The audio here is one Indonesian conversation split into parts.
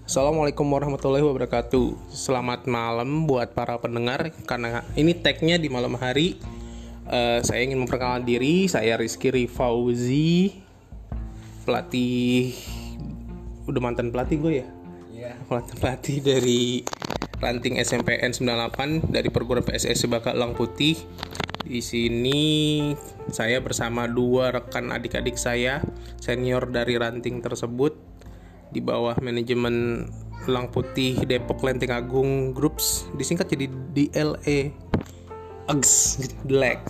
Assalamualaikum warahmatullahi wabarakatuh. Selamat malam buat para pendengar. Karena ini tag-nya di malam hari, saya ingin memperkenalkan diri. Saya Rizky Rifauzi, pelatih. Udah mantan pelatih gue ya? Iya. Mantan pelatih dari Ranting SMPN 98 dari perguruan PSS Baka Elang Putih. Di sini saya bersama dua rekan adik-adik saya senior dari ranting tersebut, di bawah manajemen Elang Putih Depok Lenteng Agung Groups, disingkat jadi DLE AGS Lex.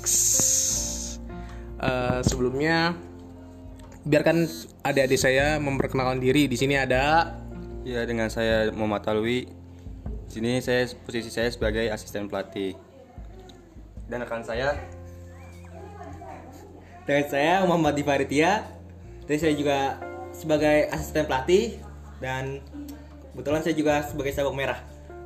Sebelumnya biarkan adik-adik saya memperkenalkan diri. Di sini ada Dengan saya Muhammad Alwi. Di sini posisi saya sebagai asisten pelatih. Dan rekan saya Dengan saya Muhammad Divaritia. Dan saya juga sebagai asisten pelatih. Dan kebetulan saya juga sebagai sabuk merah.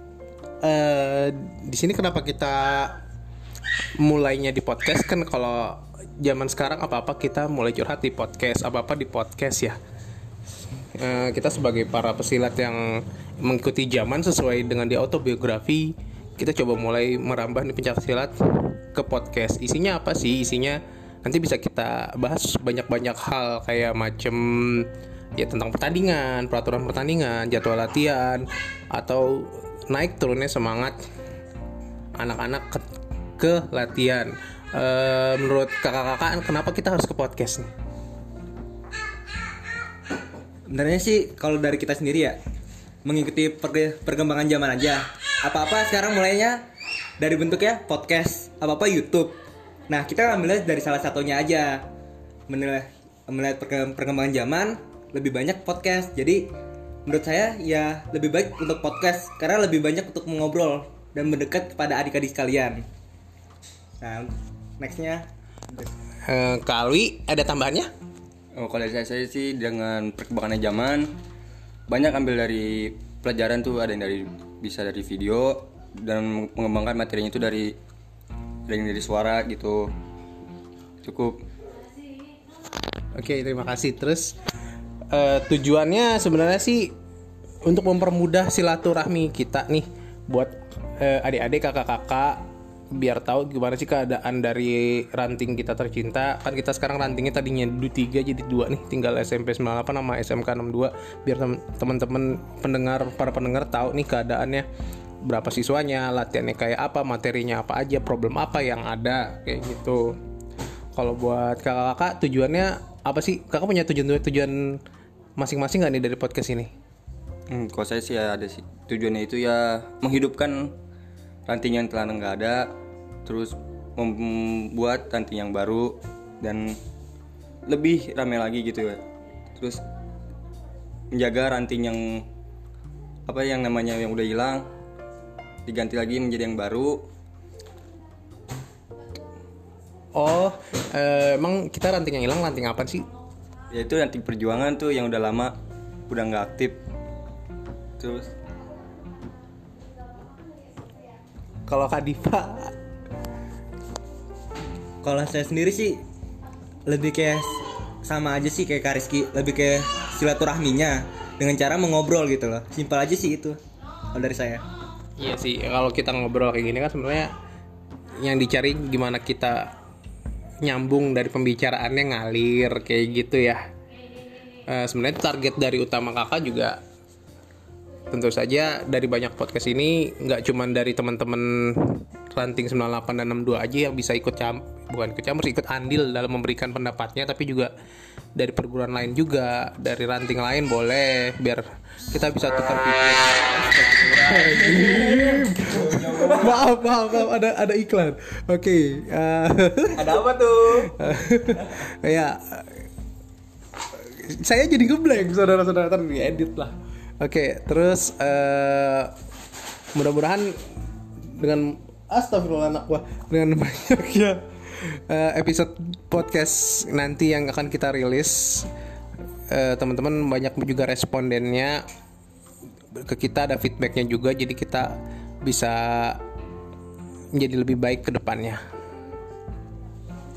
di sini kenapa kita mulainya di podcast? Kan kalau zaman sekarang apa-apa kita mulai curhat di podcast, apa-apa di podcast ya. Kita sebagai para pesilat yang mengikuti zaman sesuai dengan di autobiografi, kita coba mulai merambah nih pencak silat ke podcast. Isinya apa sih? Isinya nanti bisa kita bahas banyak-banyak hal kayak macam ya tentang pertandingan, peraturan pertandingan, jadwal latihan, atau naik turunnya semangat anak-anak ke latihan. Menurut kakak-kakak, kenapa kita harus ke podcast nih? Sebenarnya sih kalau dari kita sendiri ya, mengikuti perkembangan zaman aja. Apa-apa sekarang mulainya dari bentuknya podcast, apa-apa YouTube. Nah, kita ambilnya dari salah satunya aja. Melihat perkembangan zaman, lebih banyak podcast. Jadi menurut saya ya lebih baik untuk podcast karena lebih banyak untuk mengobrol dan mendekat kepada adik-adik sekalian. Nah, nextnya Kak Alwi, ada tambahannya? kalau dari saya sih dengan perkembangan zaman banyak ambil dari pelajaran tuh, ada yang bisa dari video dan mengembangkan materinya itu dari suara gitu. Cukup. Oke, terima kasih. Terus tujuannya sebenarnya sih untuk mempermudah silaturahmi kita nih buat adik-adik, kakak-kakak, biar tahu gimana sih keadaan dari ranting kita tercinta. Kan kita sekarang rantingnya tadinya 3 jadi 2 nih, tinggal SMP 98 sama SMK 62. Biar teman-teman para pendengar tahu nih keadaannya, berapa siswanya, latihannya kayak apa, materinya apa aja, problem apa yang ada, kayak gitu. Kalau buat kakak-kakak tujuannya apa sih? Kakak punya tujuan masing-masing gak nih dari podcast ini? Kalau saya sih ya ada sih. Tujuannya itu ya menghidupkan ranting yang telah nggak ada, terus membuat ranting yang baru dan lebih ramai lagi gitu ya. Terus menjaga ranting yang namanya yang udah hilang diganti lagi menjadi yang baru. Emang kita ranting yang hilang ranting apa sih? Ya itu ranting perjuangan tuh yang udah lama udah nggak aktif. Terus kalau Kak Diva, kalau saya sendiri sih lebih kayak sama aja sih kayak Kak Rizky, lebih kayak silaturahminya dengan cara mengobrol gitu loh. Simpel aja sih itu kalau dari saya. iya sih, kalau kita ngobrol kayak gini kan sebenarnya yang dicari gimana kita nyambung dari pembicaraannya, ngalir kayak gitu ya. Sebenarnya target dari utama kakak juga tentu saja dari banyak podcast ini nggak cuma dari teman-teman ranting 98 dan 62 aja yang bisa ikut ikut andil dalam memberikan pendapatnya, tapi juga dari perguruan lain juga, dari ranting lain boleh, biar kita bisa tukar pikiran. maaf ada iklan. Oke. Ada apa tuh? Ya, saya jadi ngeblank, saudara-saudara, ntar diedit lah. Oke, terus mudah-mudahan dengan astagfirullah anak gua, dengan banyaknya episode podcast nanti yang akan kita rilis, teman-teman banyak juga respondennya ke kita, ada feedbacknya juga, jadi kita bisa menjadi lebih baik ke depannya.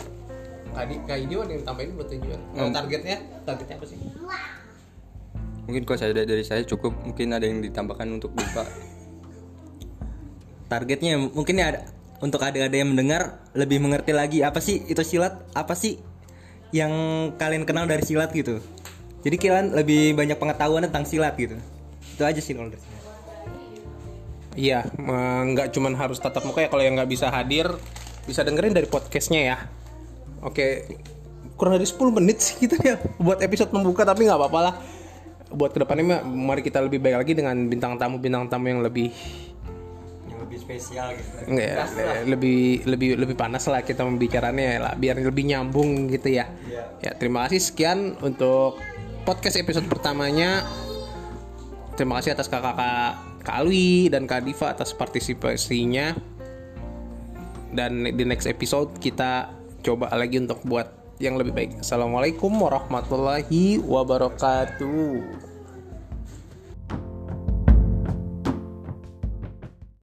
Tadi kayak ini ada yang tambahin buat tujuan. Targetnya apa sih? Mungkin kalau saya dari saya cukup, mungkin ada yang ditambahkan untuk Bapak. Targetnya mungkin ya ada, untuk adik-adik yang mendengar lebih mengerti lagi apa sih itu silat, apa sih yang kalian kenal dari silat gitu. Jadi kalian lebih banyak pengetahuan tentang silat gitu. Itu aja sih kalau dari saya. Iya, nggak cuman harus tatap muka ya. Kalau yang nggak bisa hadir, bisa dengerin dari podcastnya ya. Oke, kurang dari 10 menit sih kita ya buat episode pembuka, tapi nggak apa-apa lah. Buat kedepannya mari kita lebih baik lagi dengan bintang tamu yang lebih Spesial gitu. enggak ya, lebih panas lah kita membicaraannya lah, biar lebih nyambung gitu ya. Ya, terima kasih sekian untuk podcast episode pertamanya. Terima kasih atas kakak Kak Alwi dan Kak Diva atas partisipasinya. Dan di next episode kita coba lagi untuk buat yang lebih baik. Assalamualaikum warahmatullahi wabarakatuh.